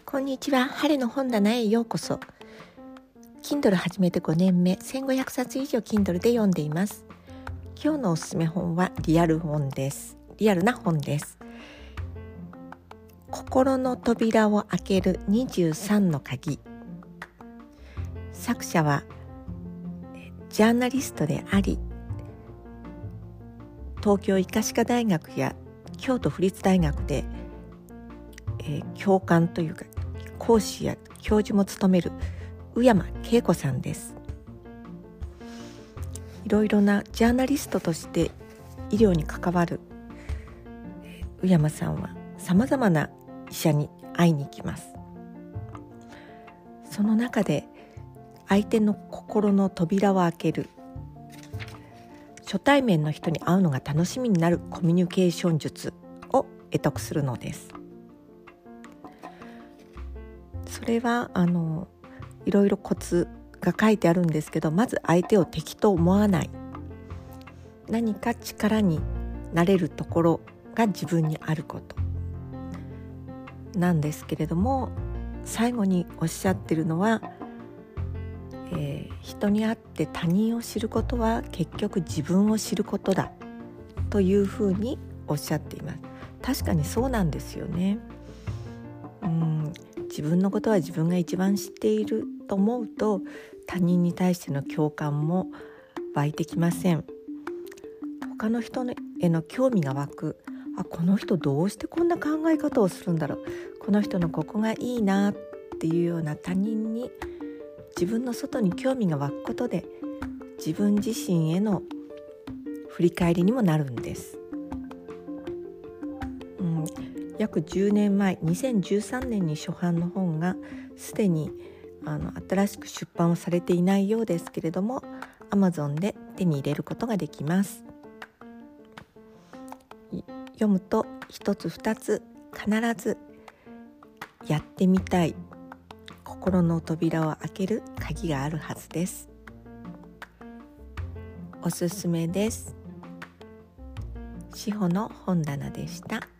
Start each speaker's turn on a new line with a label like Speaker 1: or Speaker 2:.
Speaker 1: こんにちは。晴れの本棚へようこそ。Kindle 始めて5年目、1500冊以上 Kindle で読んでいます。今日のおすすめ本はリアルな本です。心の扉を開ける23の鍵。作者はジャーナリストであり、東京医科歯科大学や京都府立大学で、教官というか講師や教授も務める宇山恵子さんです。いろいろなジャーナリストとして医療に関わる宇山さんはさまざまな医者に会いに行きます。その中で相手の心の扉を開ける、初対面の人に会うのが楽しみになるコミュニケーション術を得得するのです。それはいろいろコツが書いてあるんですけど、まず相手を敵と思わない、何か力になれるところが自分にあることなんですけれども、最後におっしゃってるのは、人に会って他人を知ることは結局自分を知ることだというふうにおっしゃっています。確かにそうなんですよね。自分のことは自分が一番知っていると思うと、他人に対しての共感も湧いてきません。他の人への興味が湧く。この人どうしてこんな考え方をするんだろう、この人のここがいいなっていうような、他人に自分の外に興味が湧くことで自分自身への振り返りにもなるんです。約10年前、2013年に初版の本がすでに新しく出版をされていないようですけれども、 Amazon で手に入れることができます。読むと一つ二つ必ずやってみたい心の扉を開ける鍵があるはずです。おすすめです。志保の本棚でした。